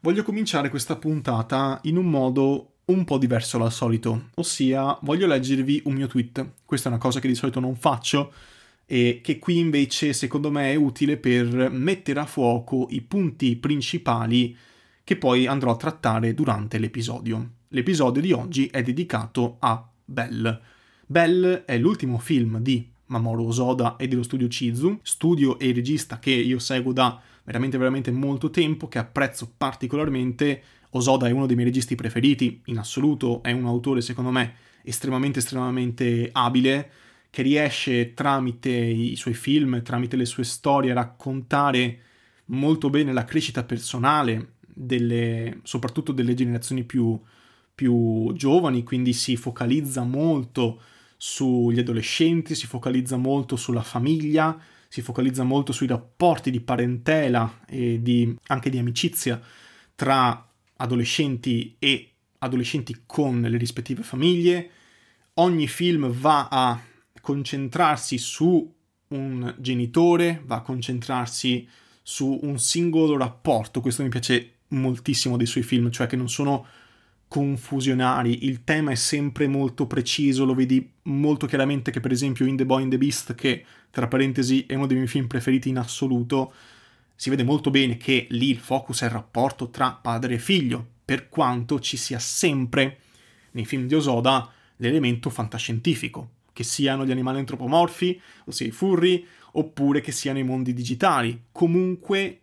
Voglio cominciare questa puntata in un modo un po' diverso dal solito, ossia voglio leggervi un mio tweet. Questa è una cosa che di solito non faccio e che qui invece secondo me è utile per mettere a fuoco i punti principali che poi andrò a trattare durante l'episodio. L'episodio di oggi è dedicato a Bell. Bell è l'ultimo film di Mamoru Hosoda e dello studio Chizu, studio e regista che io seguo da veramente molto tempo, che apprezzo particolarmente. Hosoda è uno dei miei registi preferiti in assoluto, è un autore secondo me estremamente abile, che riesce tramite i suoi film, tramite le sue storie a raccontare molto bene la crescita personale soprattutto delle generazioni più giovani, quindi si focalizza molto sugli adolescenti, si focalizza molto sulla famiglia, si focalizza molto sui rapporti di parentela e anche di amicizia tra adolescenti e adolescenti con le rispettive famiglie. Ogni film va a concentrarsi su un genitore, va a concentrarsi su un singolo rapporto. Questo mi piace moltissimo dei suoi film, cioè che non sono confusionari, il tema è sempre molto preciso, lo vedi molto chiaramente che per esempio in The Boy and the Beast, che tra parentesi è uno dei miei film preferiti in assoluto, si vede molto bene che lì il focus è il rapporto tra padre e figlio, per quanto ci sia sempre nei film di Hosoda l'elemento fantascientifico, che siano gli animali antropomorfi, ossia i furry, oppure che siano i mondi digitali. Comunque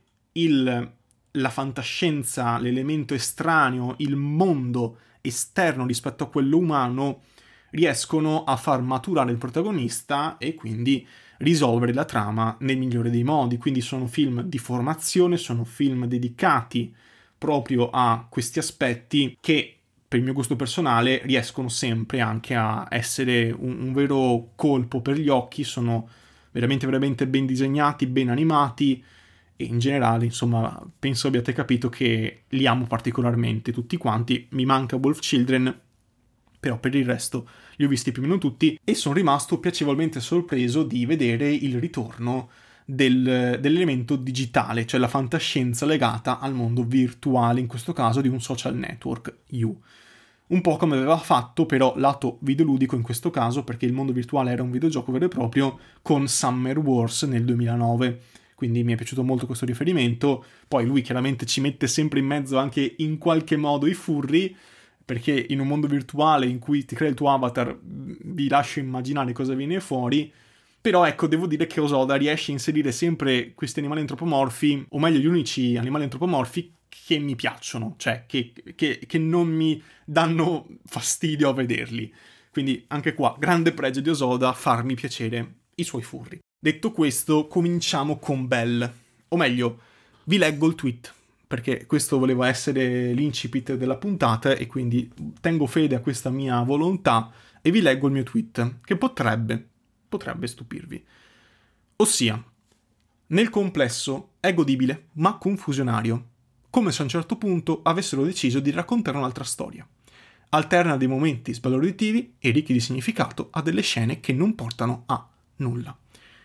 la fantascienza, l'elemento estraneo, il mondo esterno rispetto a quello umano riescono a far maturare il protagonista e quindi risolvere la trama nel migliore dei modi. Quindi sono film di formazione, sono film dedicati proprio a questi aspetti che per il mio gusto personale riescono sempre anche a essere un vero colpo per gli occhi, sono veramente ben disegnati, ben animati e in generale, insomma, penso abbiate capito che li amo particolarmente tutti quanti. Mi manca Wolf Children, però per il resto li ho visti più o meno tutti e sono rimasto piacevolmente sorpreso di vedere il ritorno dell'elemento digitale, cioè la fantascienza legata al mondo virtuale, in questo caso di un social network, You. Un po' come aveva fatto però lato videoludico in questo caso, perché il mondo virtuale era un videogioco vero e proprio, con Summer Wars nel 2009. Quindi mi è piaciuto molto questo riferimento. Poi lui chiaramente ci mette sempre in mezzo anche in qualche modo i furry, perché in un mondo virtuale in cui ti crea il tuo avatar vi lascio immaginare cosa viene fuori. Però ecco, devo dire che Hosoda riesce a inserire sempre questi animali antropomorfi, o meglio gli unici animali antropomorfi che mi piacciono, cioè che non mi danno fastidio a vederli. Quindi anche qua, grande pregio di Hosoda, farmi piacere i suoi furri. Detto questo, cominciamo con Bell. O meglio, vi leggo il tweet, perché questo voleva essere l'incipit della puntata e quindi tengo fede a questa mia volontà e vi leggo il mio tweet, che potrebbe stupirvi. Ossia, nel complesso è godibile, ma confusionario, come se a un certo punto avessero deciso di raccontare un'altra storia. Alterna dei momenti sbalorditivi e ricchi di significato a delle scene che non portano a nulla.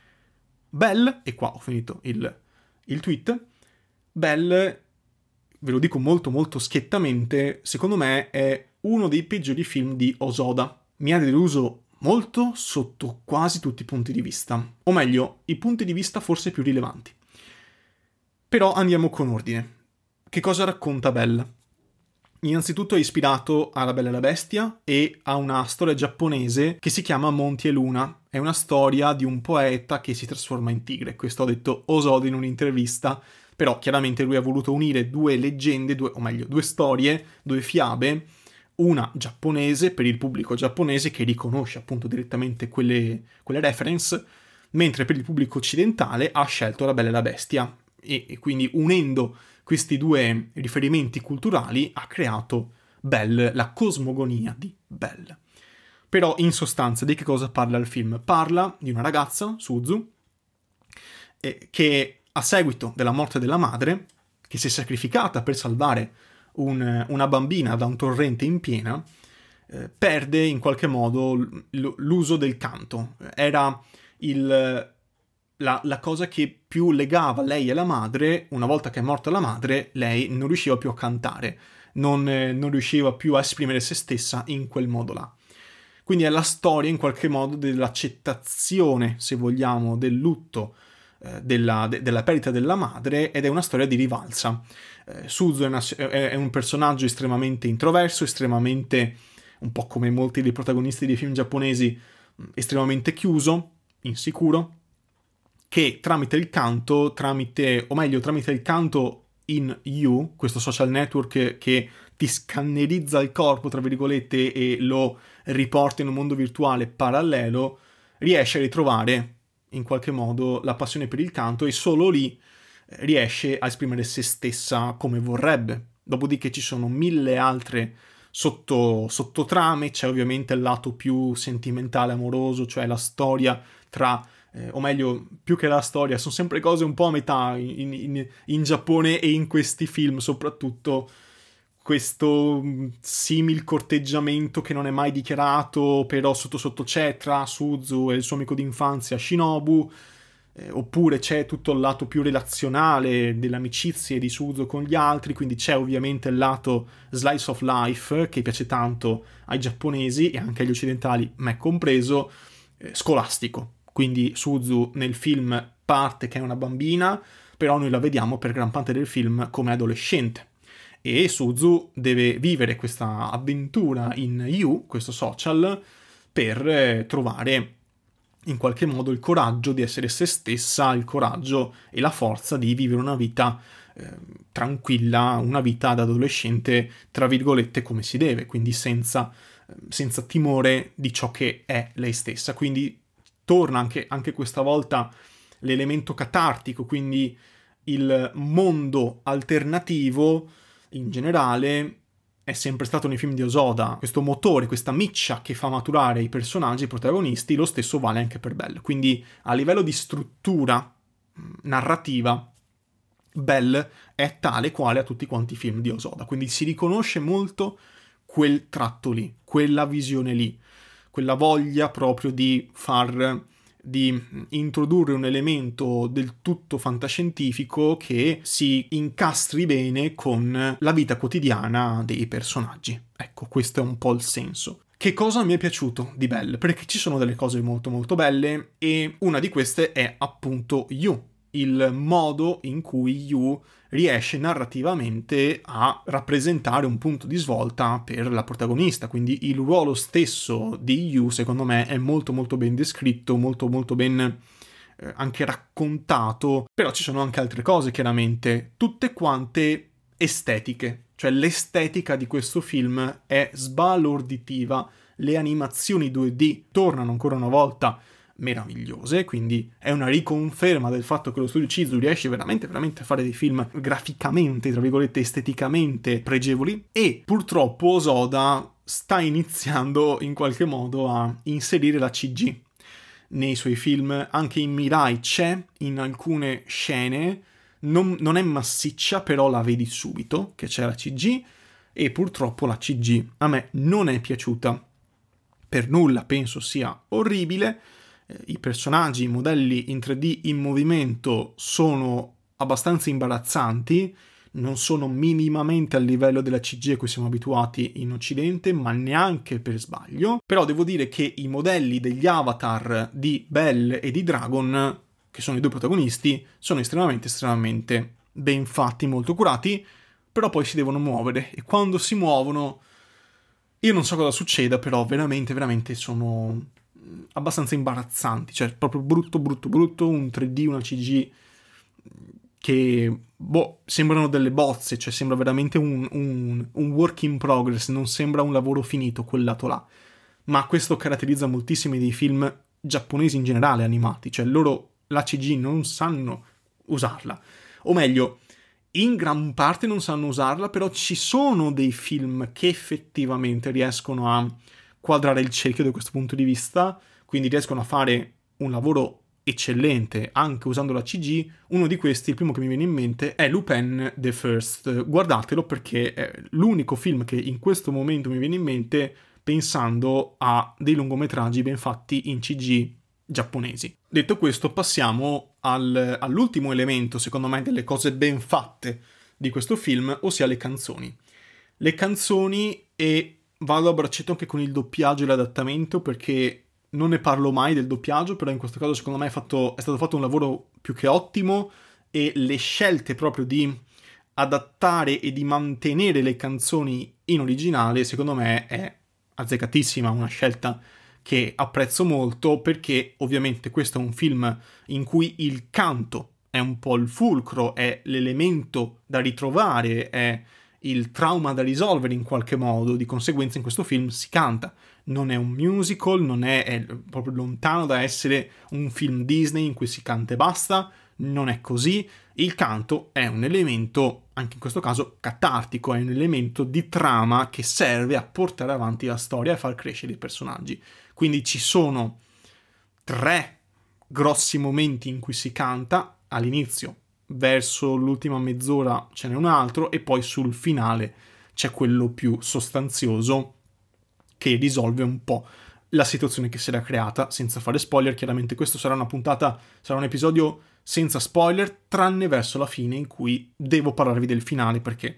Bell, e qua ho finito il tweet, Bell, ve lo dico molto schiettamente, secondo me è uno dei peggiori film di Hosoda. Mi ha deluso molto sotto quasi tutti i punti di vista, o meglio, i punti di vista forse più rilevanti. Però andiamo con ordine. Che cosa racconta Bell? Innanzitutto è ispirato a La Bella e la Bestia e a una storia giapponese che si chiama Monti e Luna. È una storia di un poeta che si trasforma in tigre. Questo ha detto Hosoda in un'intervista, però chiaramente lui ha voluto unire due leggende, due storie, due fiabe, una giapponese per il pubblico giapponese che riconosce appunto direttamente quelle reference, mentre per il pubblico occidentale ha scelto La Bella e la Bestia e quindi unendo questi due riferimenti culturali ha creato Bell, la cosmogonia di Bell. Però in sostanza di che cosa parla il film? Parla di una ragazza, Suzu, che a seguito della morte della madre, che si è sacrificata per salvare una bambina da un torrente in piena, perde in qualche modo l'uso del canto. Era la cosa che più legava lei e la madre, una volta che è morta la madre, lei non riusciva più a cantare, non riusciva più a esprimere se stessa in quel modo là. Quindi è la storia in qualche modo dell'accettazione, se vogliamo, del lutto, della perdita della madre, ed è una storia di rivalsa. Suzu è un personaggio estremamente introverso, estremamente, un po' come molti dei protagonisti dei film giapponesi, estremamente chiuso, insicuro, che tramite il canto, tramite il canto in You, questo social network che ti scannerizza il corpo, tra virgolette, e lo riporta in un mondo virtuale parallelo, riesce a ritrovare in qualche modo la passione per il canto, e solo lì riesce a esprimere se stessa come vorrebbe. Dopodiché ci sono 1000 altre sottotrame, c'è ovviamente il lato più sentimentale, amoroso, cioè la storia tra, o meglio, più che la storia, sono sempre cose un po' a metà in Giappone e in questi film, soprattutto questo simil corteggiamento che non è mai dichiarato, però sotto c'è tra Suzu e il suo amico d'infanzia Shinobu, oppure c'è tutto il lato più relazionale delle amicizie di Suzu con gli altri, quindi c'è ovviamente il lato slice of life che piace tanto ai giapponesi e anche agli occidentali, me compreso, scolastico. Quindi Suzu nel film parte che è una bambina, però noi la vediamo per gran parte del film come adolescente. E Suzu deve vivere questa avventura in You, questo social, per trovare in qualche modo il coraggio di essere se stessa, il coraggio e la forza di vivere una vita tranquilla, una vita da adolescente, tra virgolette, come si deve, quindi senza timore di ciò che è lei stessa. Quindi torna anche questa volta l'elemento catartico, quindi il mondo alternativo in generale è sempre stato nei film di Hosoda, questo motore, questa miccia che fa maturare i personaggi, i protagonisti. Lo stesso vale anche per Belle. Quindi a livello di struttura narrativa, Belle è tale quale a tutti quanti i film di Hosoda, quindi si riconosce molto quel tratto lì, quella visione lì, quella voglia proprio di introdurre un elemento del tutto fantascientifico che si incastri bene con la vita quotidiana dei personaggi. Ecco, questo è un po' il senso. Che cosa mi è piaciuto di Belle? Perché ci sono delle cose molto molto belle, e una di queste è appunto You, il modo in cui You riesce narrativamente a rappresentare un punto di svolta per la protagonista, quindi il ruolo stesso di You secondo me è molto molto ben descritto, molto molto ben anche raccontato, però ci sono anche altre cose chiaramente, tutte quante estetiche, cioè l'estetica di questo film è sbalorditiva, le animazioni 2D tornano ancora una volta meravigliose, quindi è una riconferma del fatto che lo studio Chizu riesce veramente veramente a fare dei film graficamente, tra virgolette, esteticamente pregevoli, e purtroppo Hosoda sta iniziando in qualche modo a inserire la CG nei suoi film. Anche in Mirai c'è in alcune scene, non è massiccia, però la vedi subito che c'è la CG, e purtroppo la CG a me non è piaciuta per nulla, penso sia orribile. I personaggi, i modelli in 3D in movimento sono abbastanza imbarazzanti, non sono minimamente al livello della CG a cui siamo abituati in Occidente, ma neanche per sbaglio. Però devo dire che i modelli degli avatar di Belle e di Dragon, che sono i due protagonisti, sono estremamente ben fatti, molto curati, però poi si devono muovere, e quando si muovono io non so cosa succeda, però veramente sono abbastanza imbarazzanti, cioè proprio brutto, un 3D, una CG che, sembrano delle bozze, cioè sembra veramente un work in progress, non sembra un lavoro finito quel lato là, ma questo caratterizza moltissimi dei film giapponesi in generale animati, cioè loro la CG non sanno usarla, o meglio, in gran parte non sanno usarla, però ci sono dei film che effettivamente riescono a quadrare il cerchio da questo punto di vista, quindi riescono a fare un lavoro eccellente anche usando la CG. Uno di questi, il primo che mi viene in mente, è Lupin the First. Guardatelo perché è l'unico film che in questo momento mi viene in mente pensando a dei lungometraggi ben fatti in CG giapponesi. Detto questo, passiamo all'ultimo elemento, secondo me, delle cose ben fatte di questo film, ossia le canzoni. Le canzoni, e vado a braccetto anche con il doppiaggio e l'adattamento, perché non ne parlo mai del doppiaggio, però in questo caso secondo me è stato fatto un lavoro più che ottimo, e le scelte proprio di adattare e di mantenere le canzoni in originale secondo me è azzeccatissima, una scelta che apprezzo molto, perché ovviamente questo è un film in cui il canto è un po' il fulcro, è l'elemento da ritrovare, è il trauma da risolvere in qualche modo, di conseguenza in questo film si canta. Non è un musical, non è proprio lontano da essere un film Disney in cui si canta e basta, non è così. Il canto è un elemento, anche in questo caso, catartico, è un elemento di trama che serve a portare avanti la storia e a far crescere i personaggi. Quindi ci sono 3 grossi momenti in cui si canta, all'inizio, verso l'ultima mezz'ora ce n'è un altro, e poi sul finale c'è quello più sostanzioso che risolve un po' la situazione che si era creata, senza fare spoiler. Chiaramente questo sarà un episodio senza spoiler, tranne verso la fine, in cui devo parlarvi del finale, perché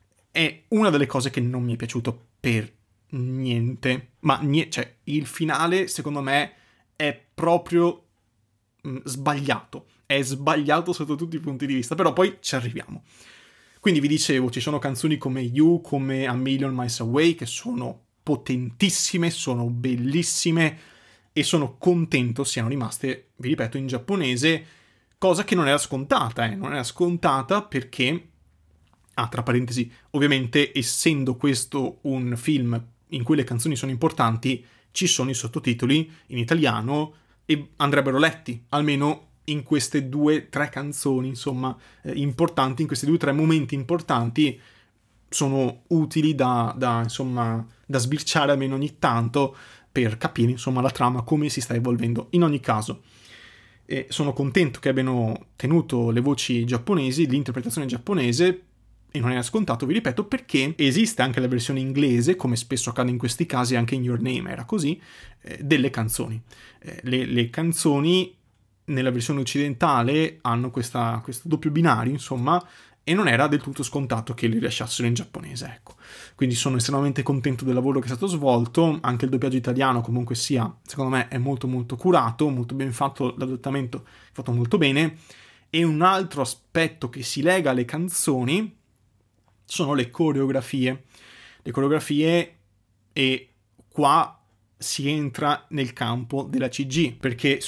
è una delle cose che non mi è piaciuto per niente. Cioè, il finale, secondo me, è proprio sbagliato. È sbagliato sotto tutti i punti di vista, però poi ci arriviamo. Quindi vi dicevo, ci sono canzoni come You, come A Million Miles Away, che sono potentissime, sono bellissime, e sono contento siano rimaste, vi ripeto, in giapponese, cosa che non era scontata, non era scontata perché, tra parentesi, ovviamente essendo questo un film in cui le canzoni sono importanti, ci sono i sottotitoli in italiano e andrebbero letti, almeno in queste 2-3 canzoni, insomma, importanti, in questi 2-3 momenti importanti, sono utili da sbirciare almeno ogni tanto per capire, insomma, la trama, come si sta evolvendo. In ogni caso, sono contento che abbiano tenuto le voci giapponesi, l'interpretazione giapponese, e non era scontato, vi ripeto, perché esiste anche la versione inglese, come spesso accade in questi casi, anche in Your Name era così, delle canzoni. Le canzoni nella versione occidentale hanno questo doppio binario, insomma, e non era del tutto scontato che li lasciassero in giapponese, ecco. Quindi sono estremamente contento del lavoro che è stato svolto. Anche il doppiaggio italiano, comunque sia, secondo me è molto molto curato, molto ben fatto, l'adattamento è fatto molto bene. E un altro aspetto che si lega alle canzoni sono le coreografie. Le coreografie, e qua si entra nel campo della CG, perché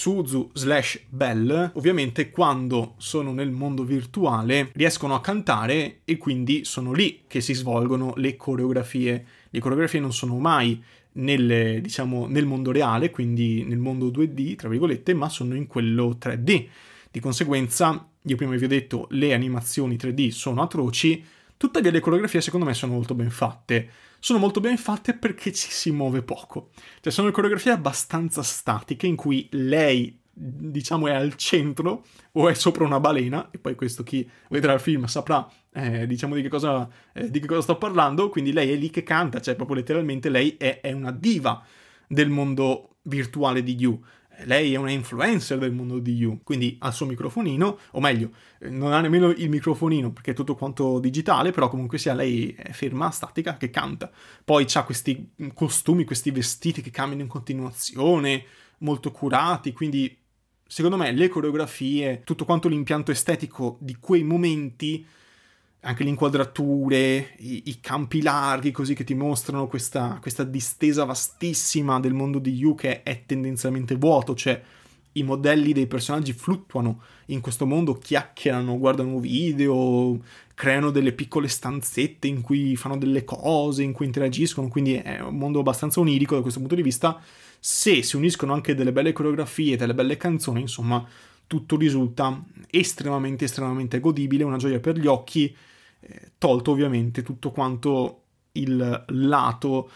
Suzu/Bell ovviamente quando sono nel mondo virtuale riescono a cantare, e quindi sono lì che si svolgono le coreografie. Le coreografie non sono mai nel mondo reale, quindi nel mondo 2D, tra virgolette, ma sono in quello 3D. Di conseguenza, io prima vi ho detto, le animazioni 3D sono atroci, tuttavia le coreografie secondo me sono molto ben fatte. Sono molto ben fatte perché ci si muove poco. Cioè sono coreografie abbastanza statiche in cui lei, diciamo, è al centro o è sopra una balena, e poi questo chi vedrà il film saprà, diciamo, di che cosa sto parlando. Quindi lei è lì che canta, cioè proprio letteralmente lei è una diva del mondo virtuale di You. Lei è una influencer del mondo di You, quindi ha il suo microfonino, o meglio, non ha nemmeno il microfonino perché è tutto quanto digitale, però comunque sia lei è ferma, statica, che canta. Poi c'ha questi costumi, questi vestiti che cambiano in continuazione, molto curati, quindi secondo me le coreografie, tutto quanto l'impianto estetico di quei momenti, anche le inquadrature, i campi larghi così che ti mostrano questa distesa vastissima del mondo di You che è tendenzialmente vuoto, cioè i modelli dei personaggi fluttuano in questo mondo, chiacchierano, guardano video, creano delle piccole stanzette in cui fanno delle cose, in cui interagiscono, quindi è un mondo abbastanza onirico da questo punto di vista. Se si uniscono anche delle belle coreografie, delle belle canzoni, insomma, tutto risulta estremamente godibile, una gioia per gli occhi, tolto ovviamente tutto quanto il lato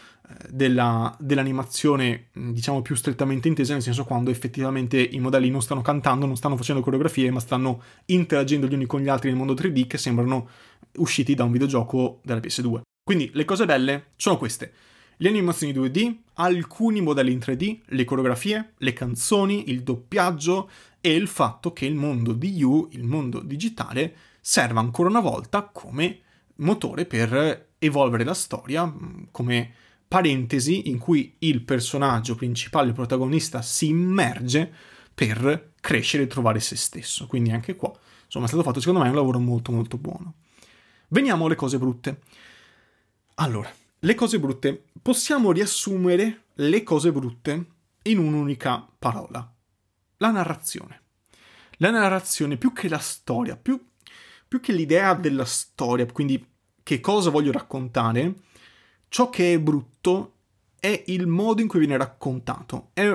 dell'animazione, diciamo, più strettamente intesa, nel senso quando effettivamente i modelli non stanno cantando, non stanno facendo coreografie, ma stanno interagendo gli uni con gli altri nel mondo 3D, che sembrano usciti da un videogioco della PS2. Quindi le cose belle sono queste: le animazioni 2D, alcuni modelli in 3D, le coreografie, le canzoni, il doppiaggio e il fatto che il mondo di You, il mondo digitale, serva ancora una volta come motore per evolvere la storia, come parentesi in cui il personaggio principale, il protagonista, si immerge per crescere e trovare se stesso. Quindi anche qua, insomma, è stato fatto secondo me un lavoro molto molto buono. Veniamo alle cose brutte. Allora, le cose brutte. Possiamo riassumere le cose brutte in un'unica parola. La narrazione. La narrazione, più che la storia, più che l'idea della storia, quindi che cosa voglio raccontare, ciò che è brutto è il modo in cui viene raccontato. È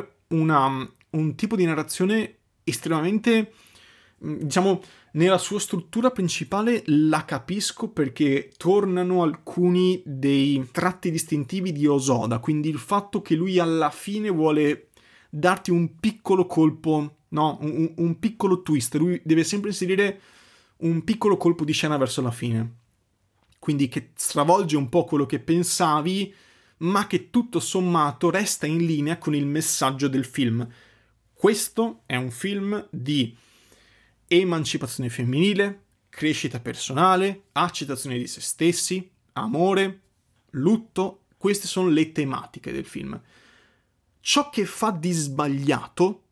un tipo di narrazione estremamente, diciamo, nella sua struttura principale la capisco perché tornano alcuni dei tratti distintivi di Hosoda, quindi il fatto che lui alla fine vuole darti un piccolo colpo, no, un piccolo twist, lui deve sempre inserire un piccolo colpo di scena verso la fine, quindi che stravolge un po' quello che pensavi, ma che tutto sommato resta in linea con il messaggio del film. Questo è un film di emancipazione femminile, crescita personale, accettazione di se stessi, amore, lutto. Queste sono le tematiche del film. Ciò che fa di sbagliato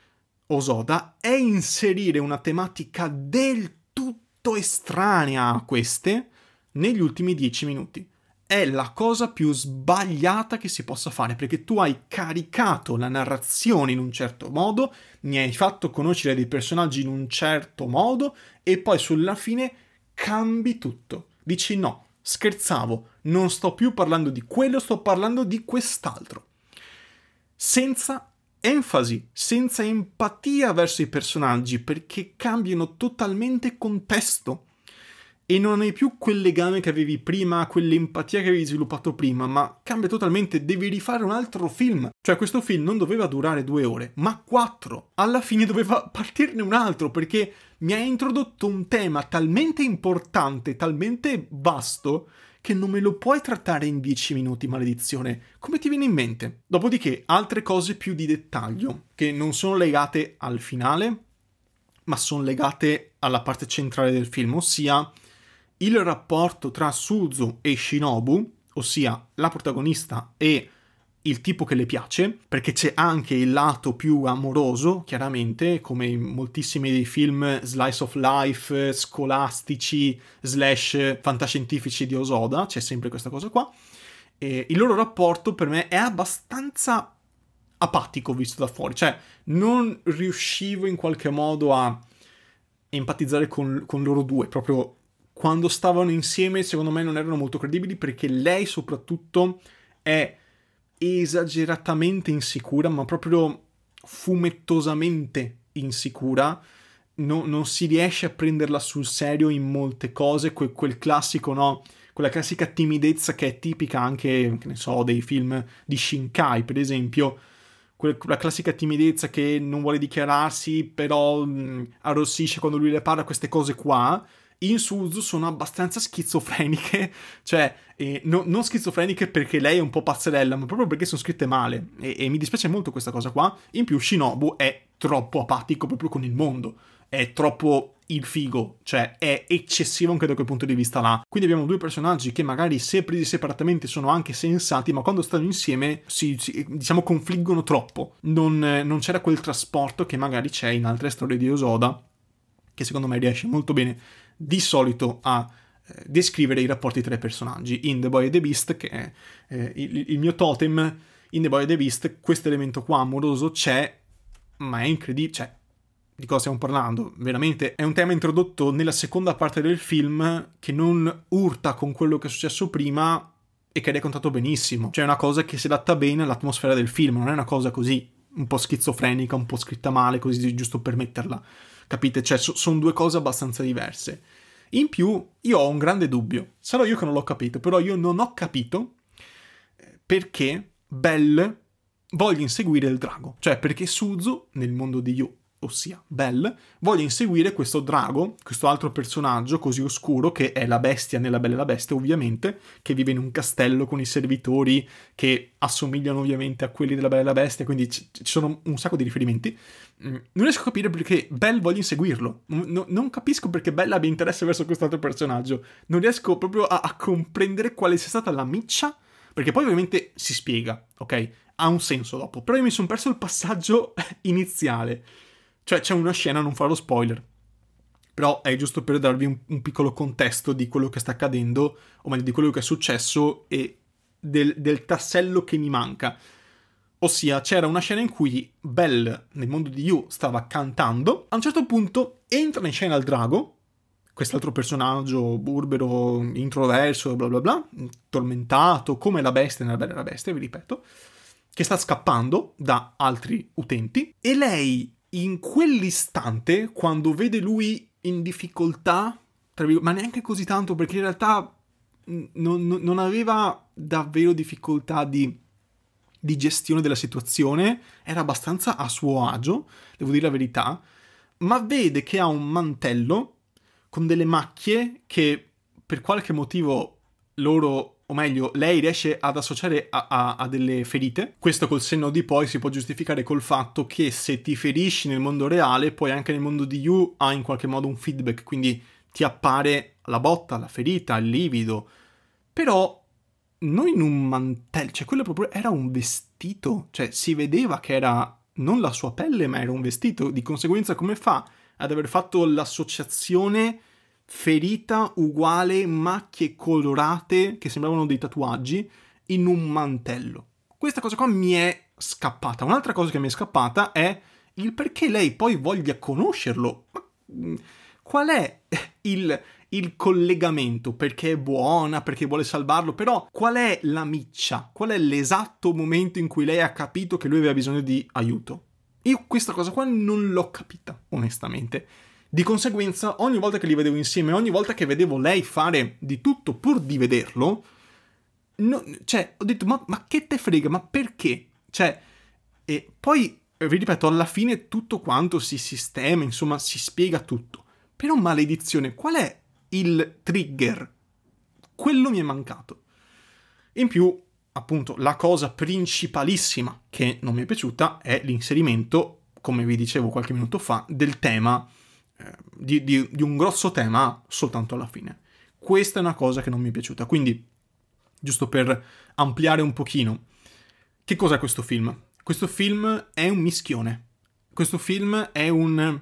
Hosoda è inserire una tematica del tutto estranea a queste negli ultimi 10 minuti. È la cosa più sbagliata che si possa fare, perché tu hai caricato la narrazione in un certo modo, mi hai fatto conoscere dei personaggi in un certo modo e poi sulla fine cambi tutto. Dici no, scherzavo, non sto più parlando di quello, sto parlando di quest'altro. Senza enfasi, senza empatia verso i personaggi, perché cambiano totalmente contesto. E non hai più quel legame che avevi prima, quell'empatia che avevi sviluppato prima, ma cambia totalmente, devi rifare un altro film. Cioè questo film non doveva durare 2 ore, ma 4. Alla fine doveva partirne un altro, perché mi ha introdotto un tema talmente importante, talmente vasto, che non me lo puoi trattare in 10 minuti, maledizione. Come ti viene in mente? Dopodiché, altre cose più di dettaglio, che non sono legate al finale, ma sono legate alla parte centrale del film, ossia il rapporto tra Suzu e Shinobu, ossia la protagonista e il tipo che le piace, perché c'è anche il lato più amoroso, chiaramente, come in moltissimi dei film slice of life, scolastici, / fantascientifici di Hosoda, c'è sempre questa cosa qua. E il loro rapporto per me è abbastanza apatico visto da fuori, cioè non riuscivo in qualche modo a empatizzare con loro due, proprio quando stavano insieme secondo me non erano molto credibili, perché lei soprattutto è esageratamente insicura, ma proprio fumettosamente insicura, non si riesce a prenderla sul serio in molte cose, quel classico, no? Quella classica timidezza che è tipica anche, che ne so, dei film di Shinkai, per esempio, quella classica timidezza che non vuole dichiararsi, però arrossisce quando lui le parla, queste cose qua. In Suzu sono abbastanza schizofreniche, cioè non schizofreniche perché lei è un po' pazzerella, ma proprio perché sono scritte male, e mi dispiace molto questa cosa qua. In più Shinobu è troppo apatico proprio con il mondo, è troppo il figo, cioè è eccessivo anche da quel punto di vista là. Quindi abbiamo due personaggi che magari se presi separatamente sono anche sensati, ma quando stanno insieme diciamo confliggono troppo, non c'era quel trasporto che magari c'è in altre storie di Hosoda, che secondo me riesce molto bene di solito a descrivere i rapporti tra i personaggi. In The Boy and the Beast, che è il mio totem, in The Boy and the Beast questo elemento qua amoroso c'è, ma è incredibile, cioè di cosa stiamo parlando? Veramente è un tema introdotto nella seconda parte del film che non urta con quello che è successo prima e che è raccontato benissimo, cioè è una cosa che si adatta bene all'atmosfera del film, non è una cosa così un po' schizofrenica, un po' scritta male, così giusto per metterla. Capite? Cioè, sono due cose abbastanza diverse. In più, io ho un grande dubbio. Sarò io che non l'ho capito, però io non ho capito perché Belle voglia inseguire il drago. Cioè, perché Suzu, nel mondo di You, ossia Belle, voglia inseguire questo drago, questo altro personaggio così oscuro, che è la bestia nella Bella e la Bestia, ovviamente, che vive in un castello con i servitori che assomigliano ovviamente a quelli della Bella e la Bestia, quindi ci sono un sacco di riferimenti. Non riesco a capire perché Belle voglia inseguirlo. Non capisco perché Belle abbia interesse verso quest'altro personaggio. Non riesco proprio a comprendere quale sia stata la miccia, perché poi ovviamente si spiega, ok? Ha un senso dopo, però io mi sono perso il passaggio iniziale. Cioè c'è una scena, non farò spoiler, però è giusto per darvi un piccolo contesto di quello che sta accadendo, o meglio di quello che è successo e del tassello che mi manca. Ossia, c'era una scena in cui Belle, nel mondo di You, stava cantando. A un certo punto entra in scena il drago, quest'altro personaggio burbero, introverso, bla bla bla, tormentato, come la bestia nella Bella e la Bestia, vi ripeto, che sta scappando da altri utenti, e lei in quell'istante, quando vede lui in difficoltà, ma neanche così tanto, perché in realtà non aveva davvero difficoltà di gestione della situazione, era abbastanza a suo agio, devo dire la verità, ma vede che ha un mantello con delle macchie che per qualche motivo loro, o meglio, lei riesce ad associare a delle ferite. Questo col senno di poi si può giustificare col fatto che se ti ferisci nel mondo reale, poi anche nel mondo di You ha in qualche modo un feedback, quindi ti appare la botta, la ferita, il livido. Però non in un mantello, cioè quello proprio era un vestito, cioè si vedeva che era non la sua pelle ma era un vestito, di conseguenza come fa ad aver fatto l'associazione ferita uguale macchie colorate che sembravano dei tatuaggi in un mantello? Questa cosa qua mi è scappata. Un'altra cosa che mi è scappata è il perché lei poi voglia conoscerlo. Ma qual è il collegamento? Perché è buona, perché vuole salvarlo, però qual è la miccia? Qual è l'esatto momento in cui lei ha capito che lui aveva bisogno di aiuto? Io questa cosa qua non l'ho capita, onestamente. Di conseguenza, ogni volta che li vedevo insieme, ogni volta che vedevo lei fare di tutto pur di vederlo, cioè, ho detto, ma che te frega, ma perché? Cioè, e poi, vi ripeto, alla fine tutto quanto si sistema, insomma, si spiega tutto. Però, maledizione, qual è il trigger? Quello mi è mancato. In più, appunto, la cosa principalissima che non mi è piaciuta è l'inserimento, come vi dicevo qualche minuto fa, del tema, di un grosso tema soltanto alla fine. Questa è una cosa che non mi è piaciuta. Quindi, giusto per ampliare un pochino, che cos'è questo film? Questo film è un mischione. Questo film è un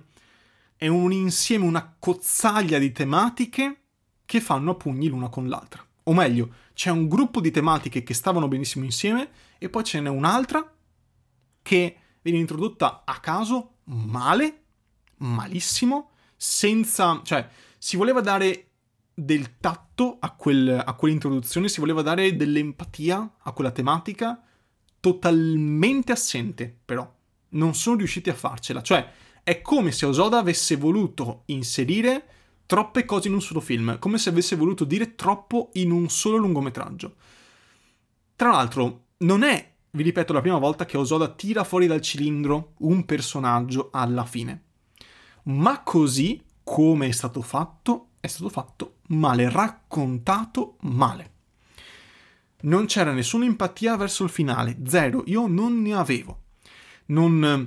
insieme, una cozzaglia di tematiche che fanno a pugni l'una con l'altra. O meglio, c'è un gruppo di tematiche che stavano benissimo insieme e poi ce n'è un'altra che viene introdotta a caso, male, malissimo, senza... cioè, si voleva dare del tatto a quell'introduzione, si voleva dare dell'empatia a quella tematica, totalmente assente, però. Non sono riusciti a farcela. Cioè, è come se Osoda avesse voluto inserire troppe cose in un solo film, come se avesse voluto dire troppo in un solo lungometraggio. Tra l'altro, non è, vi ripeto, la prima volta che Osoda tira fuori dal cilindro un personaggio alla fine. Ma così, come è stato fatto male, raccontato male. Non c'era nessuna empatia verso il finale, zero, io non ne avevo. Non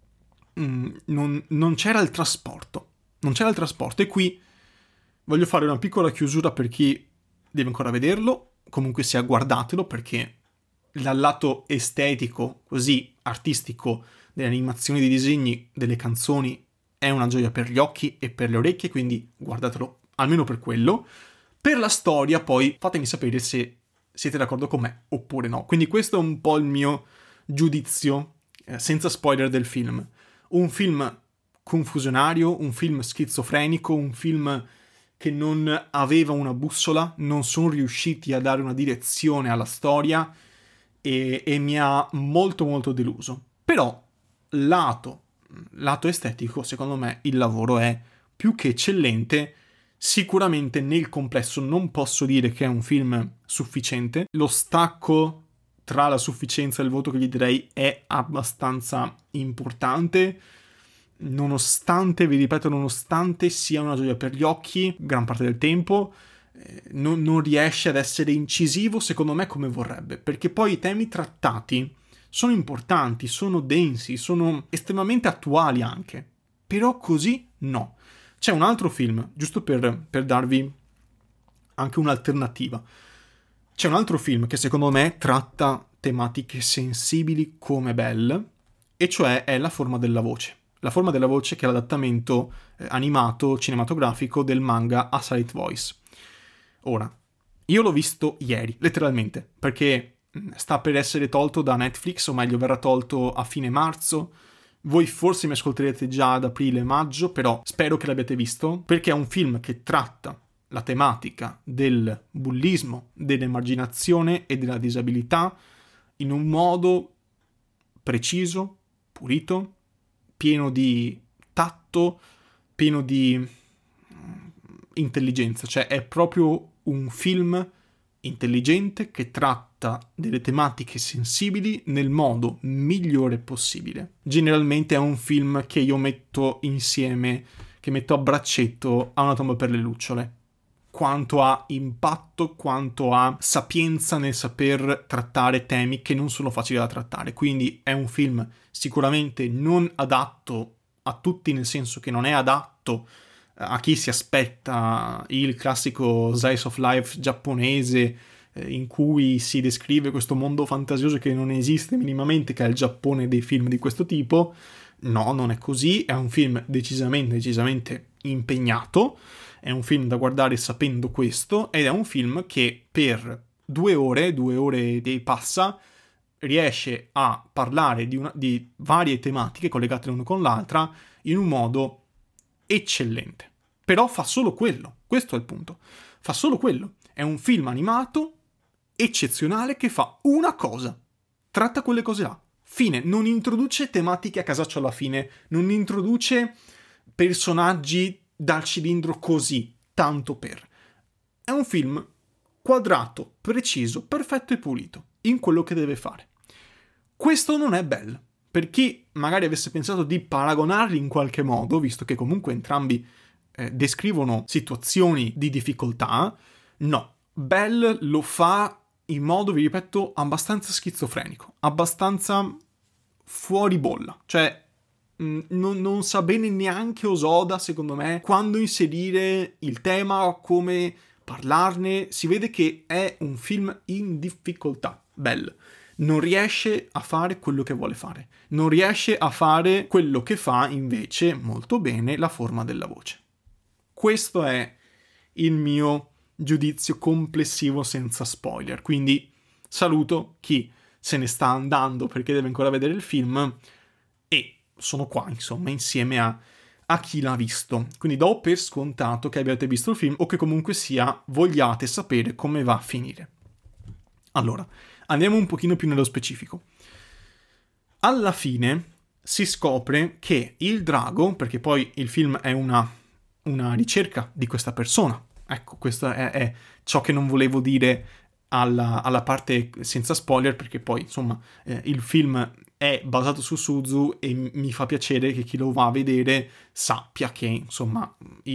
c'era il trasporto. Non c'era il trasporto. E qui voglio fare una piccola chiusura per chi deve ancora vederlo. Comunque sia, guardatelo, perché dal lato estetico, così artistico, delle animazioni, dei disegni, delle canzoni, è una gioia per gli occhi e per le orecchie, quindi guardatelo almeno per quello. Per la storia, poi, fatemi sapere se siete d'accordo con me oppure no. Quindi questo è un po' il mio giudizio, senza spoiler, del film. Un film confusionario, un film schizofrenico, un film che non aveva una bussola, non sono riusciti a dare una direzione alla storia e mi ha molto molto deluso. Però, lato estetico, secondo me il lavoro è più che eccellente. Sicuramente nel complesso non posso dire che è un film sufficiente. Lo stacco tra la sufficienza e il voto che gli darei è abbastanza importante. nonostante, vi ripeto, nonostante sia una gioia per gli occhi gran parte del tempo, non riesce ad essere incisivo secondo me come vorrebbe, perché poi i temi trattati sono importanti, sono densi, sono estremamente attuali anche, però così no. C'è un altro film, giusto per darvi anche un'alternativa, c'è un altro film che secondo me tratta tematiche sensibili come Belle, e cioè è La forma della voce. La forma della voce, che è l'adattamento animato cinematografico del manga A Silent Voice. Ora, io l'ho visto ieri, letteralmente, perché sta per essere tolto da Netflix, o meglio verrà tolto a fine marzo. Voi forse mi ascolterete già ad aprile-maggio, però spero che l'abbiate visto, perché è un film che tratta la tematica del bullismo, dell'emarginazione e della disabilità in un modo preciso, pulito, pieno di tatto, pieno di intelligenza. Cioè è proprio un film intelligente che tratta delle tematiche sensibili nel modo migliore possibile. Generalmente è un film che io metto insieme, che metto a braccetto a Una tomba per le lucciole. Quanto ha impatto, quanto ha sapienza nel saper trattare temi che non sono facili da trattare. Quindi è un film sicuramente non adatto a tutti, nel senso che non è adatto a chi si aspetta il classico slice of life giapponese in cui si descrive questo mondo fantasioso che non esiste minimamente, che è il Giappone dei film di questo tipo. No, non è così, è un film decisamente impegnato, è un film da guardare sapendo questo, ed è un film che per 2 ore e passa, riesce a parlare di varie tematiche collegate l'una con l'altra in un modo eccellente. Però fa solo quello, questo è il punto. Fa solo quello. È un film animato eccezionale che fa una cosa. Tratta quelle cose là. Fine. Non introduce tematiche a casaccio alla fine. Non introduce personaggi dal cilindro così, tanto per. È un film quadrato, preciso, perfetto e pulito in quello che deve fare. Questo non è bello. Per chi magari avesse pensato di paragonarli in qualche modo, visto che comunque entrambi descrivono situazioni di difficoltà, no. Belle lo fa in modo, vi ripeto, abbastanza schizofrenico, abbastanza fuori bolla. Cioè, non sa bene neanche Osoda, secondo me, quando inserire il tema, come parlarne. Si vede che è un film in difficoltà. Belle. Non riesce a fare quello che vuole fare. Non riesce a fare quello che fa invece molto bene La forma della voce. Questo è il mio giudizio complessivo senza spoiler. Quindi saluto chi se ne sta andando perché deve ancora vedere il film e sono qua, insomma, insieme a chi l'ha visto. Quindi do per scontato che abbiate visto il film o che comunque sia vogliate sapere come va a finire. Allora, andiamo un pochino più nello specifico. Alla fine si scopre che il drago, perché poi il film è una ricerca di questa persona. Ecco, questo è ciò che non volevo dire alla parte senza spoiler, perché poi, insomma, il film è basato su Suzu e mi fa piacere che chi lo va a vedere sappia che, insomma,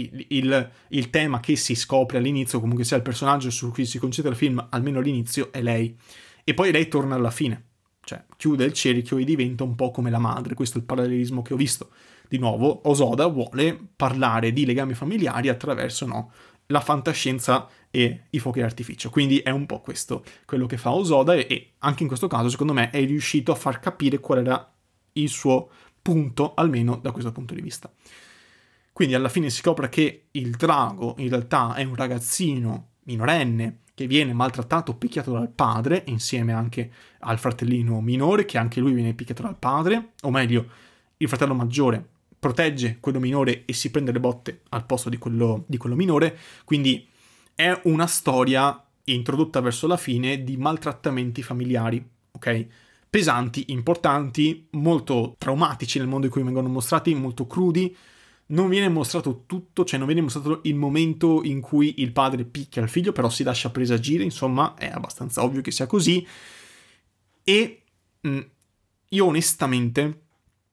il tema che si scopre all'inizio, comunque sia il personaggio su cui si concentra il film, almeno all'inizio, è lei. E poi lei torna alla fine. Cioè, chiude il cerchio e diventa un po' come la madre. Questo è il parallelismo che ho visto. Di nuovo, Osoda vuole parlare di legami familiari attraverso, no, la fantascienza e i fuochi d'artificio. Quindi è un po' questo quello che fa Osoda e anche in questo caso, secondo me, è riuscito a far capire qual era il suo punto, almeno da questo punto di vista. Quindi alla fine si scopre che il drago in realtà è un ragazzino minorenne che viene maltrattato, picchiato dal padre, insieme anche al fratellino minore, che anche lui viene picchiato dal padre, o meglio, il fratello maggiore protegge quello minore e si prende le botte al posto di quello minore, quindi è una storia introdotta verso la fine di maltrattamenti familiari, ok? Pesanti, importanti, molto traumatici nel modo in cui vengono mostrati, molto crudi. Non viene mostrato tutto, cioè non viene mostrato il momento in cui il padre picchia il figlio, però si lascia presagire, insomma, è abbastanza ovvio che sia così. E io onestamente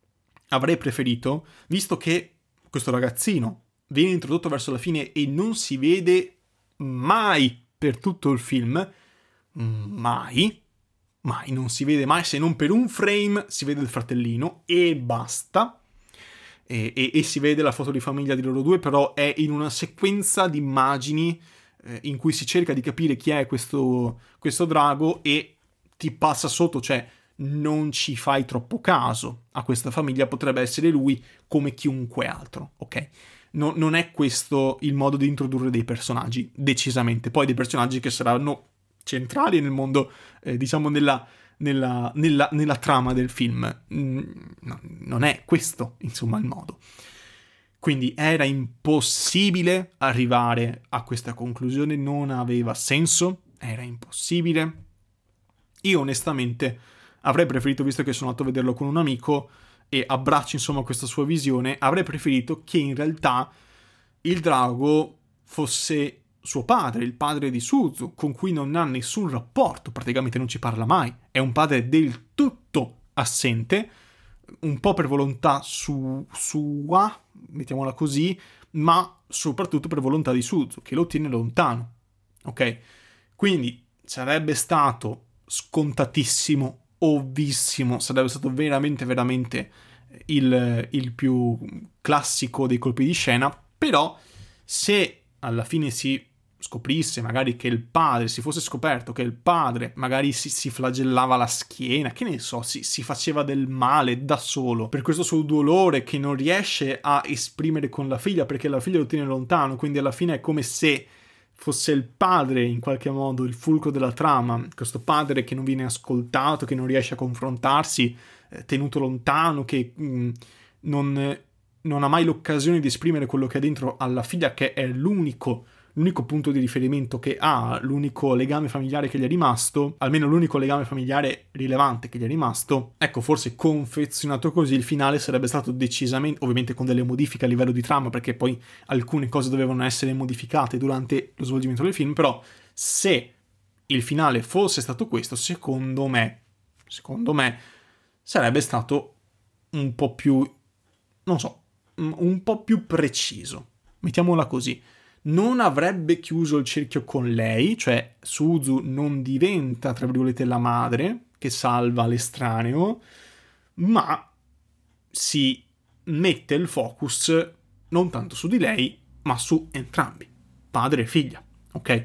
avrei preferito, visto che questo ragazzino viene introdotto verso la fine e non si vede mai per tutto il film, mai non si vede mai, se non per un frame si vede il fratellino e basta, e si vede la foto di famiglia di loro due, però è in una sequenza di immagini in cui si cerca di capire chi è questo drago e ti passa sotto, cioè non ci fai troppo caso a questa famiglia, potrebbe essere lui come chiunque altro, ok? Non è questo il modo di introdurre dei personaggi, decisamente. Poi dei personaggi che saranno centrali nel mondo, diciamo nella trama del film. No, non è questo, insomma, il modo. Quindi era impossibile arrivare a questa conclusione, non aveva senso, era impossibile. Io onestamente avrei preferito, visto che sono andato a vederlo con un amico e abbraccio insomma questa sua visione, avrei preferito che in realtà il drago fosse suo padre, il padre di Suzu, con cui non ha nessun rapporto, praticamente non ci parla mai, è un padre del tutto assente, un po' per volontà sua, mettiamola così, ma soprattutto per volontà di Suzu, che lo tiene lontano, ok? Quindi sarebbe stato scontatissimo, ovvissimo, sarebbe stato veramente il più classico dei colpi di scena, però se alla fine si scoprisse magari che il padre, si fosse scoperto che il padre magari si flagellava la schiena, che ne so, si faceva del male da solo per questo suo dolore che non riesce a esprimere con la figlia perché la figlia lo tiene lontano, quindi alla fine è come se fosse il padre in qualche modo il fulcro della trama, questo padre che non viene ascoltato, che non riesce a confrontarsi, tenuto lontano, che non ha mai l'occasione di esprimere quello che ha dentro alla figlia, che è l'unico punto di riferimento che ha, l'unico legame familiare che gli è rimasto, almeno l'unico legame familiare rilevante che gli è rimasto. Ecco, forse confezionato così il finale sarebbe stato decisamente, ovviamente con delle modifiche a livello di trama, perché poi alcune cose dovevano essere modificate durante lo svolgimento del film, però se il finale fosse stato questo, secondo me sarebbe stato un po' più, non so, un po' più preciso, mettiamola così. Non avrebbe chiuso il cerchio con lei, cioè Suzu non diventa, tra virgolette, la madre che salva l'estraneo, ma si mette il focus non tanto su di lei, ma su entrambi, padre e figlia, ok?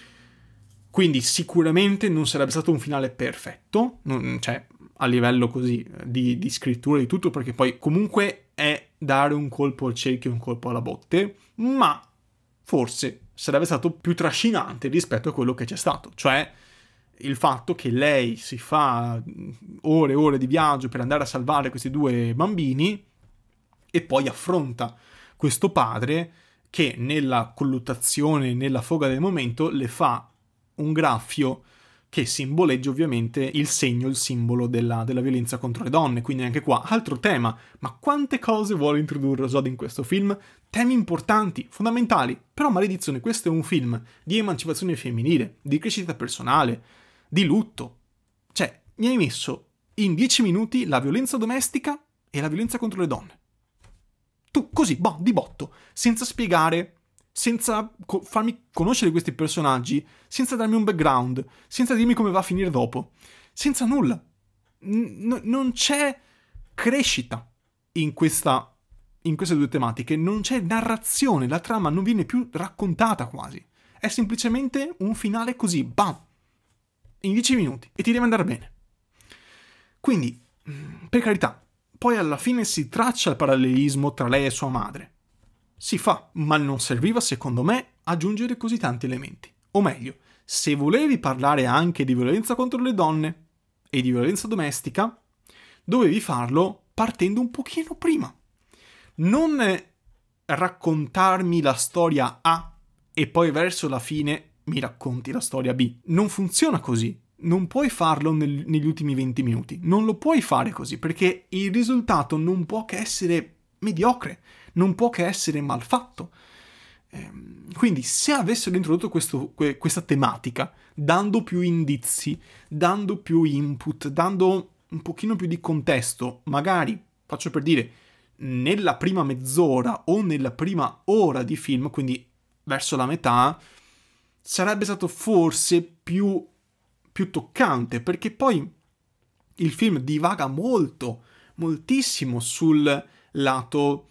Quindi sicuramente non sarebbe stato un finale perfetto, cioè a livello così di scrittura e di tutto, perché poi comunque è dare un colpo al cerchio e un colpo alla botte, ma forse sarebbe stato più trascinante rispetto a quello che c'è stato, cioè il fatto che lei si fa ore e ore di viaggio per andare a salvare questi due bambini e poi affronta questo padre che nella colluttazione, nella foga del momento le fa un graffio che simboleggia ovviamente il segno, il simbolo della violenza contro le donne. Quindi anche qua, altro tema. Ma quante cose vuole introdurre Zod in questo film? Temi importanti, fondamentali. Però maledizione, questo è un film di emancipazione femminile, di crescita personale, di lutto. Cioè, mi hai messo in 10 minuti la violenza domestica e la violenza contro le donne. Tu, così, di botto, senza spiegare, senza farmi conoscere questi personaggi, senza darmi un background, senza dirmi come va a finire dopo, senza nulla. Non c'è crescita in queste due tematiche, non c'è narrazione, la trama non viene più raccontata quasi. È semplicemente un finale così, bam, in 10 minuti, e ti deve andare bene. Quindi, per carità, poi alla fine si traccia il parallelismo tra lei e sua madre. Si fa, ma non serviva, secondo me, aggiungere così tanti elementi. O meglio, se volevi parlare anche di violenza contro le donne e di violenza domestica, dovevi farlo partendo un pochino prima. Non raccontarmi la storia A e poi verso la fine mi racconti la storia B. Non funziona così. Non puoi farlo negli ultimi 20 minuti. Non lo puoi fare così, perché il risultato non può che essere mediocre, non può che essere mal fatto. Quindi se avessero introdotto questa tematica, dando più indizi, dando più input, dando un pochino più di contesto, magari faccio per dire, nella prima mezz'ora o nella prima ora di film, quindi verso la metà, sarebbe stato forse più toccante, perché poi il film divaga moltissimo sul lato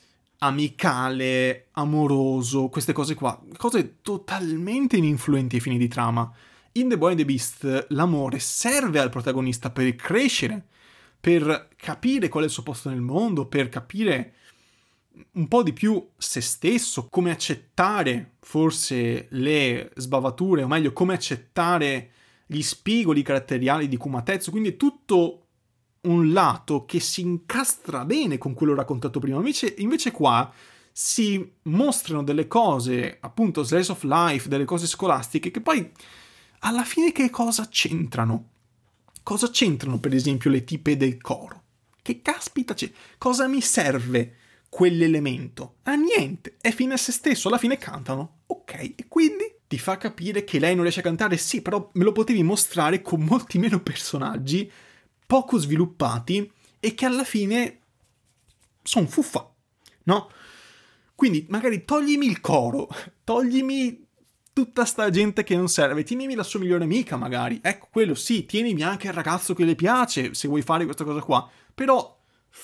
amicale, amoroso, queste cose qua, cose totalmente ininfluenti ai fini di trama. In The Boy and the Beast l'amore serve al protagonista per crescere, per capire qual è il suo posto nel mondo, per capire un po' di più se stesso, come accettare forse le sbavature, o meglio, come accettare gli spigoli caratteriali di Kumatetsu, quindi è tutto un lato che si incastra bene con quello raccontato prima. Invece qua si mostrano delle cose, appunto, slice of life, delle cose scolastiche, che poi alla fine che cosa c'entrano? Cosa c'entrano, per esempio, le tipe del coro? Che caspita c'è? Cosa mi serve quell'elemento? A niente, è fine a se stesso, alla fine cantano. Ok, e quindi ti fa capire che lei non riesce a cantare? Sì, però me lo potevi mostrare con molti meno personaggi, poco sviluppati, e che alla fine sono fuffa, no? Quindi magari toglimi il coro, toglimi tutta sta gente che non serve, tienimi la sua migliore amica magari, ecco quello sì, tienimi anche il ragazzo che le piace se vuoi fare questa cosa qua, però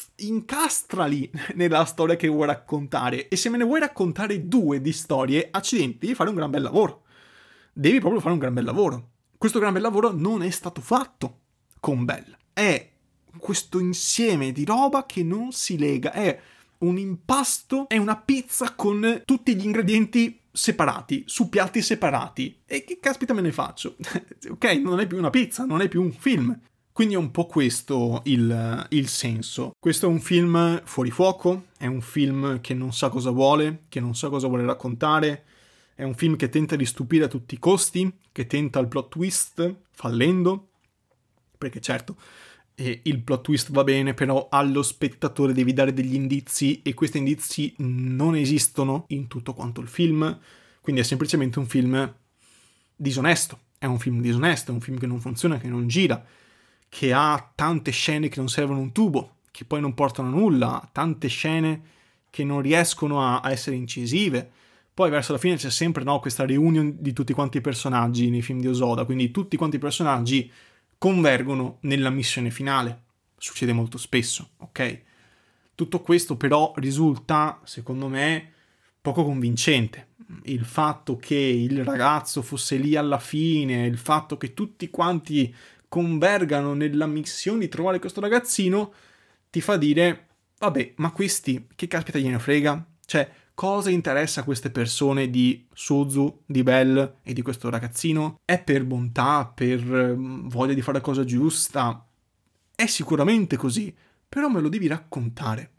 incastrali nella storia che vuoi raccontare, e se me ne vuoi raccontare 2 di storie, accidenti, devi fare un gran bel lavoro, devi proprio fare un gran bel lavoro. Questo gran bel lavoro non è stato fatto con Belle, è questo insieme di roba che non si lega, è un impasto, è una pizza con tutti gli ingredienti separati, su piatti separati. E che caspita me ne faccio? Ok, non è più una pizza, non è più un film. Quindi è un po' questo il senso. Questo è un film fuori fuoco, è un film che non sa cosa vuole, che non sa cosa vuole raccontare, è un film che tenta di stupire a tutti i costi, che tenta il plot twist fallendo, perché certo il plot twist va bene, però allo spettatore devi dare degli indizi, e questi indizi non esistono in tutto quanto il film, quindi è semplicemente un film disonesto, è un film che non funziona, che non gira, che ha tante scene che non servono un tubo, che poi non portano a nulla, tante scene che non riescono a essere incisive. Poi verso la fine c'è sempre, no, questa reunion di tutti quanti i personaggi nei film di Osoda, quindi tutti quanti i personaggi convergono nella missione finale. Succede molto spesso, ok? Tutto questo però risulta, secondo me, poco convincente. Il fatto che il ragazzo fosse lì alla fine, il fatto che tutti quanti convergano nella missione di trovare questo ragazzino, ti fa dire, vabbè, ma questi che caspita gliene frega? Cioè, cosa interessa a queste persone di Suzu, di Belle e di questo ragazzino? È per bontà, per voglia di fare la cosa giusta? È sicuramente così, però me lo devi raccontare.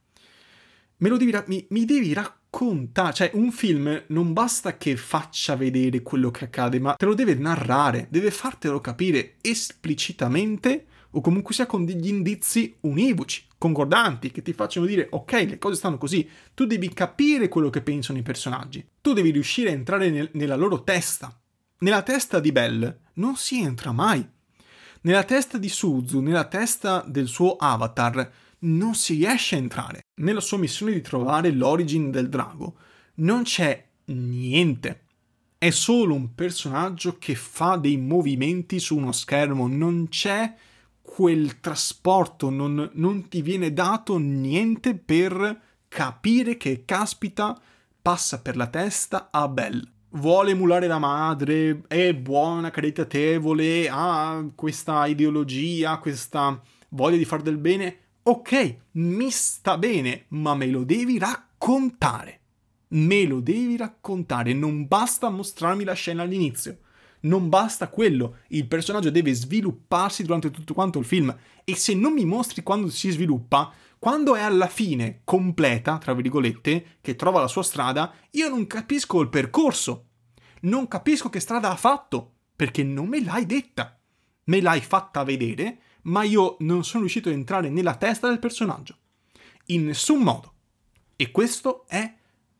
Mi devi raccontare. Cioè, un film non basta che faccia vedere quello che accade, ma te lo deve narrare, deve fartelo capire esplicitamente, o comunque sia con degli indizi univoci, concordanti, che ti facciano dire ok, le cose stanno così. Tu devi capire quello che pensano i personaggi, tu devi riuscire a entrare nella loro testa. Nella testa di Belle non si entra mai, nella testa di Suzu, nella testa del suo avatar non si riesce a entrare. Nella sua missione di trovare l'origine del drago non c'è niente, è solo un personaggio che fa dei movimenti su uno schermo, non c'è quel trasporto, non ti viene dato niente per capire che caspita passa per la testa a Belle. Vuole emulare la madre, è buona, caritatevole, ha questa ideologia, questa voglia di far del bene. Ok, mi sta bene, ma me lo devi raccontare. Me lo devi raccontare, non basta mostrarmi la scena all'inizio. Non basta quello, il personaggio deve svilupparsi durante tutto quanto il film, e se non mi mostri quando si sviluppa, quando è alla fine completa, tra virgolette, che trova la sua strada, io non capisco il percorso, non capisco che strada ha fatto, perché non me l'hai detta, me l'hai fatta vedere, ma io non sono riuscito a entrare nella testa del personaggio, in nessun modo, e questo è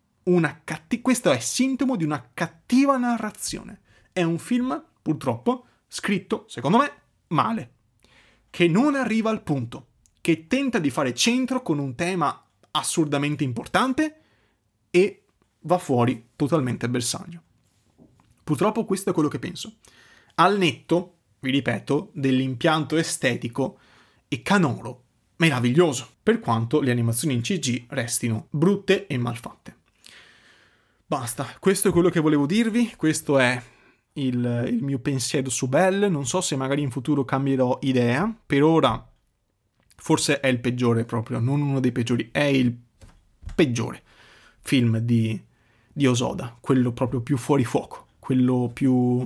questo è sintomo di una cattiva narrazione. È un film, purtroppo, scritto, secondo me, male, che non arriva al punto, che tenta di fare centro con un tema assurdamente importante e va fuori totalmente a bersaglio. Purtroppo questo è quello che penso. Al netto, vi ripeto, dell'impianto estetico e canoro meraviglioso, per quanto le animazioni in CG restino brutte e malfatte. Basta, questo è quello che volevo dirvi, questo è il mio pensiero su Belle, non so se magari in futuro cambierò idea, per ora forse è il peggiore proprio, non uno dei peggiori, è il peggiore film di Hosoda, quello proprio più fuori fuoco, quello più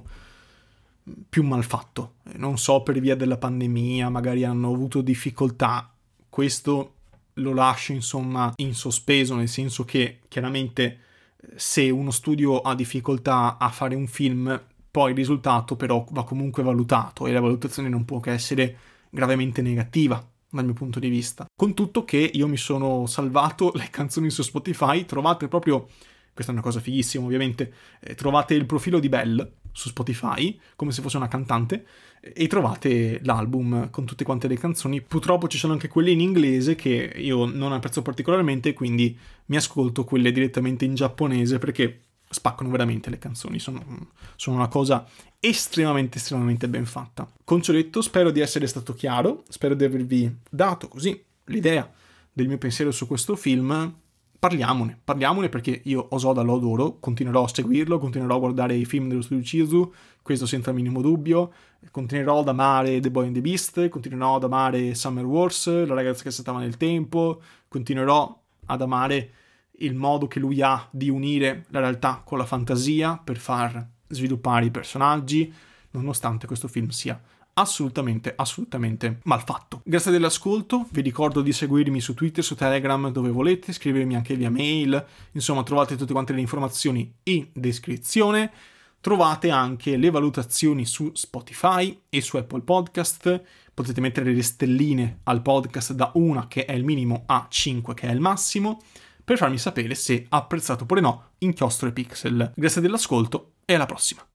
malfatto. Non so, per via della pandemia, magari hanno avuto difficoltà, questo lo lascio insomma in sospeso, nel senso che chiaramente se uno studio ha difficoltà a fare un film, poi il risultato però va comunque valutato e la valutazione non può che essere gravemente negativa dal mio punto di vista. Con tutto che io mi sono salvato le canzoni su Spotify, trovate proprio, questa è una cosa fighissima ovviamente, trovate il profilo di Belle su Spotify, come se fosse una cantante, e trovate l'album con tutte quante le canzoni. Purtroppo ci sono anche quelle in inglese che io non apprezzo particolarmente, quindi mi ascolto quelle direttamente in giapponese perché spaccano veramente le canzoni, sono una cosa estremamente ben fatta. Con ciò detto, spero di essere stato chiaro, spero di avervi dato così l'idea del mio pensiero su questo film. Parliamone perché io Hosoda lo adoro, continuerò a seguirlo, continuerò a guardare i film dello studio Chizu, questo senza il minimo dubbio, continuerò ad amare The Boy and the Beast, continuerò ad amare Summer Wars, La ragazza che saltava nel tempo, continuerò ad amare il modo che lui ha di unire la realtà con la fantasia per far sviluppare i personaggi, nonostante questo film sia assolutamente mal fatto. Grazie dell'ascolto, vi ricordo di seguirmi su Twitter, su Telegram, dove volete, scrivermi anche via mail, insomma trovate tutte quante le informazioni in descrizione, trovate anche le valutazioni su Spotify e su Apple Podcast, potete mettere le stelline al podcast da 1 che è il minimo a 5 che è il massimo, per farmi sapere se apprezzato oppure no Inchiostro e Pixel. Grazie dell'ascolto e alla prossima!